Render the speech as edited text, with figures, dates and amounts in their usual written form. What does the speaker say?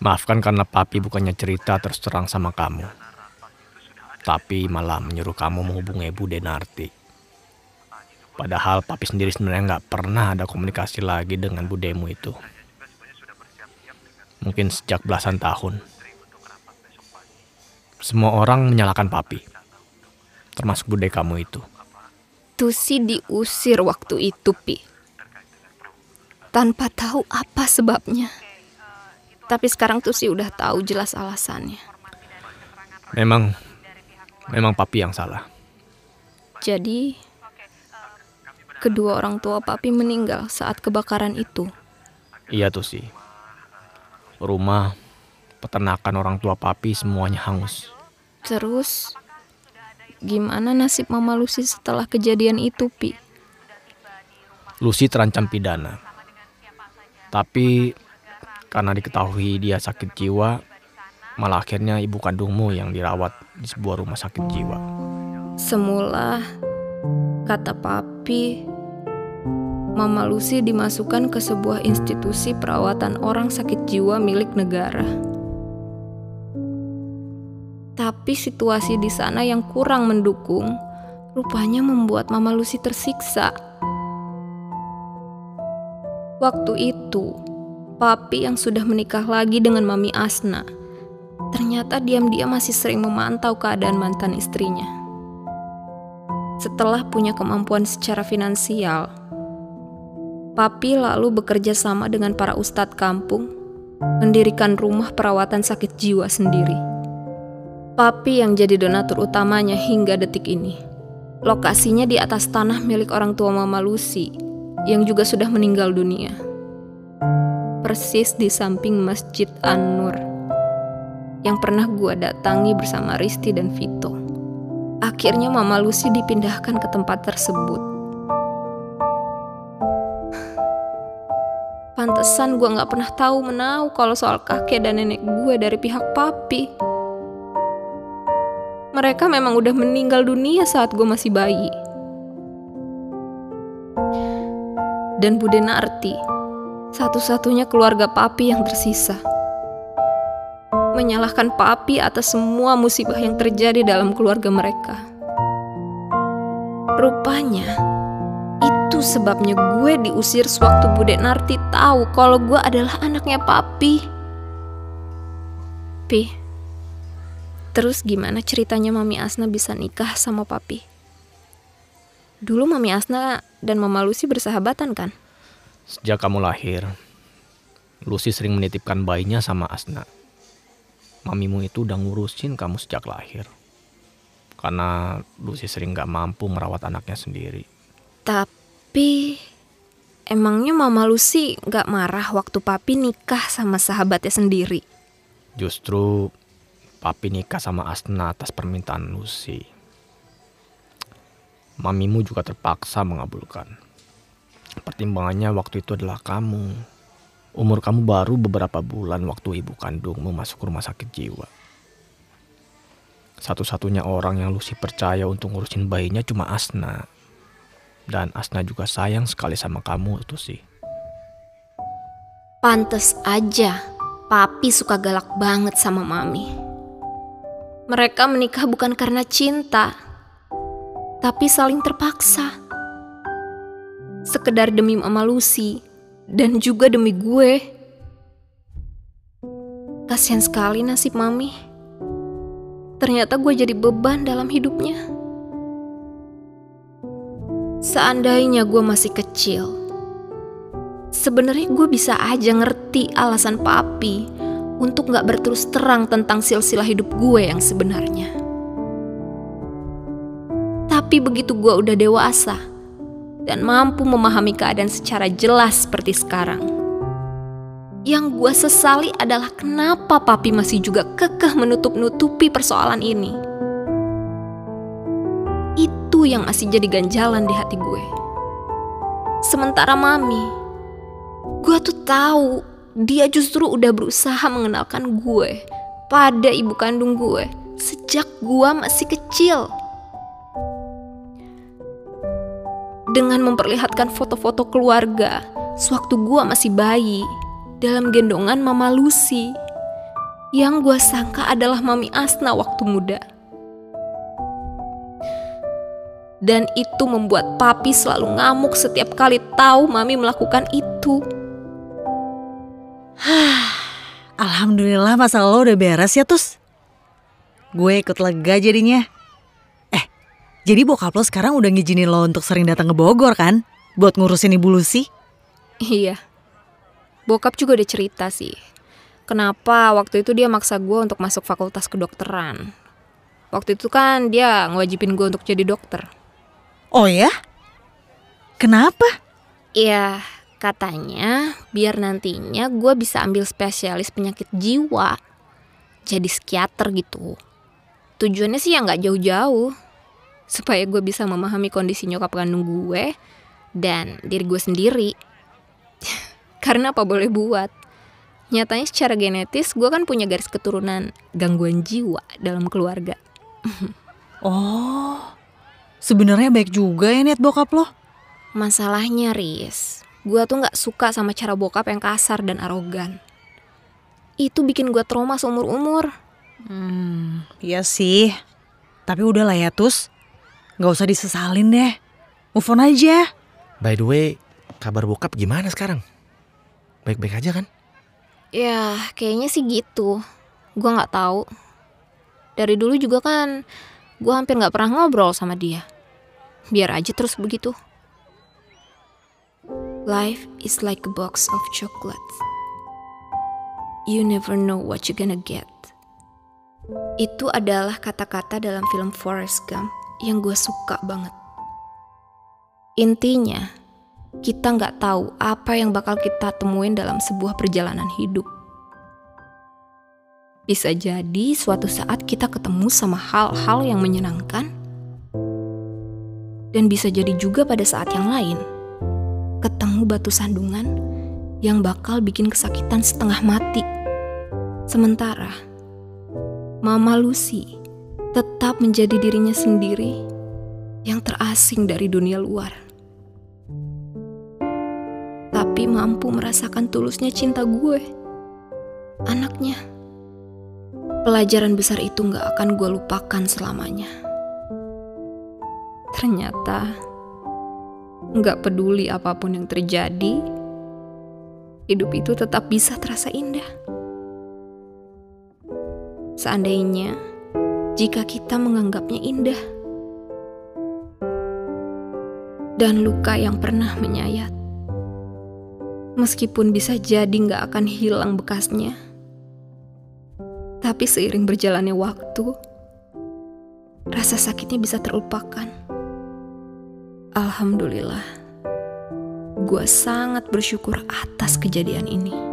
Maafkan karena papi bukannya cerita terus terang sama kamu, tapi malah menyuruh kamu menghubungi Bude Narti. Padahal papi sendiri sebenarnya nggak pernah ada komunikasi lagi dengan budemu itu. Mungkin sejak belasan tahun. Semua orang menyalahkan papi, termasuk bude kamu itu. Tusi diusir waktu itu, Pi. Tanpa tahu apa sebabnya. Tapi sekarang Tusi udah tahu jelas alasannya. Memang papi yang salah. Jadi, kedua orang tua papi meninggal saat kebakaran itu. Iya Tusi. Rumah, peternakan orang tua papi semuanya hangus. Terus, gimana nasib Mama Lucy setelah kejadian itu, Pi? Lucy terancam pidana. Tapi karena diketahui dia sakit jiwa, malah akhirnya ibu kandungmu yang dirawat di sebuah rumah sakit jiwa. Semula, kata papi, Mama Lucy dimasukkan ke sebuah institusi perawatan orang sakit jiwa milik negara. Tapi situasi di sana yang kurang mendukung, rupanya membuat Mama Lucy tersiksa. Waktu itu, papi yang sudah menikah lagi dengan Mami Asna, ternyata diam-diam masih sering memantau keadaan mantan istrinya. Setelah punya kemampuan secara finansial, papi lalu bekerja sama dengan para ustadz kampung, mendirikan rumah perawatan sakit jiwa sendiri. Papi yang jadi donatur utamanya hingga detik ini. Lokasinya di atas tanah milik orang tua Mama Lucy, yang juga sudah meninggal dunia. Persis di samping Masjid An-Nur, yang pernah gua datangi bersama Risti dan Vito. Akhirnya Mama Lucy dipindahkan ke tempat tersebut. Pantesan gue gak pernah tahu menau kalau soal kakek dan nenek gue dari pihak papi. Mereka memang udah meninggal dunia saat gue masih bayi. Dan Bude Narti, satu-satunya keluarga papi yang tersisa, menyalahkan papi atas semua musibah yang terjadi dalam keluarga mereka. Rupanya, itu sebabnya gue diusir sewaktu Bude Narti tahu kalau gue adalah anaknya papi. Pi, terus gimana ceritanya Mami Asna bisa nikah sama papi? Dulu Mami Asna dan Mama Lucy bersahabatan kan? Sejak kamu lahir, Lucy sering menitipkan bayinya sama Asna. Mamimu itu udah ngurusin kamu sejak lahir. Karena Lucy sering gak mampu merawat anaknya sendiri. Tapi emangnya Mama Lucy gak marah waktu papi nikah sama sahabatnya sendiri? Justru papi nikah sama Asna atas permintaan Lucy. Mamimu juga terpaksa mengabulkan. Pertimbangannya waktu itu adalah kamu. Umur kamu baru beberapa bulan waktu ibu kandungmu masuk rumah sakit jiwa. Satu-satunya orang yang Lucy percaya untuk ngurusin bayinya cuma Asna. Dan Asna juga sayang sekali sama kamu itu sih. Pantes aja papi suka galak banget sama Mami. Mereka menikah bukan karena cinta, tapi saling terpaksa. Sekedar demi Mama Lucy dan juga demi gue. Kasian sekali nasib Mami. Ternyata gue jadi beban dalam hidupnya. Seandainya gue masih kecil, sebenarnya gue bisa aja ngerti alasan papi untuk gak berterus terang tentang silsilah hidup gue yang sebenarnya. Tapi begitu gue udah dewasa dan mampu memahami keadaan secara jelas seperti sekarang, yang gue sesali adalah kenapa papi masih juga kekeh menutup-nutupi persoalan ini. Itu yang masih jadi ganjalan di hati gue. Sementara Mami, gue tuh tahu dia justru udah berusaha mengenalkan gue pada ibu kandung gue sejak gue masih kecil. Dengan memperlihatkan foto-foto keluarga sewaktu gue masih bayi dalam gendongan Mama Lucy. yang gue sangka adalah Mami Asna waktu muda. Dan itu membuat papi selalu ngamuk setiap kali tahu Mami melakukan itu. Alhamdulillah masalah lo udah beres ya, Tus. Gue ikut lega jadinya. Jadi bokap lo sekarang udah ngizinin lo untuk sering datang ke Bogor kan? Buat ngurusin Ibu Lucy? Iya, bokap juga udah cerita sih. Kenapa waktu itu dia maksa gue untuk masuk fakultas kedokteran. Waktu itu kan dia ngewajibin gue untuk jadi dokter. Oh ya? Kenapa? Ya, katanya biar nantinya gue bisa ambil spesialis penyakit jiwa. Jadi psikiater gitu. Tujuannya sih ya gak jauh-jauh. Supaya gue bisa memahami kondisi nyokap kandung gue dan diri gue sendiri. Karena apa boleh buat. Nyatanya secara genetis gue kan punya garis keturunan gangguan jiwa dalam keluarga. Oh, sebenarnya baik juga ya niat bokap lo. Masalahnya Riz, gue tuh gak suka sama cara bokap yang kasar dan arogan. Itu bikin gue trauma seumur-umur. Iya sih. Tapi udahlah ya, Tus. Gak usah disesalin deh. Move on aja. By the way, kabar bokap gimana sekarang? Baik-baik aja kan? Ya, kayaknya sih gitu. Gue gak tahu. Dari dulu juga kan gue hampir gak pernah ngobrol sama dia. Biar aja terus begitu. Life is like a box of chocolates. You never know what you're gonna get. Itu adalah kata-kata dalam film Forrest Gump yang gue suka banget. Intinya, kita gak tahu apa yang bakal kita temuin dalam sebuah perjalanan hidup. Bisa jadi suatu saat kita ketemu sama hal-hal yang menyenangkan. Dan bisa jadi juga pada saat yang lain, ketemu batu sandungan yang bakal bikin kesakitan setengah mati. Sementara, Mama Lucy tetap menjadi dirinya sendiri yang terasing dari dunia luar. Tapi mampu merasakan tulusnya cinta gue, anaknya. Pelajaran besar itu gak akan gue lupakan selamanya. Ternyata, gak peduli apapun yang terjadi, hidup itu tetap bisa terasa indah. Seandainya, jika kita menganggapnya indah. Dan luka yang pernah menyayat, meskipun bisa jadi gak akan hilang bekasnya, tapi seiring berjalannya waktu, rasa sakitnya bisa terlupakan. Alhamdulillah, gue sangat bersyukur atas kejadian ini.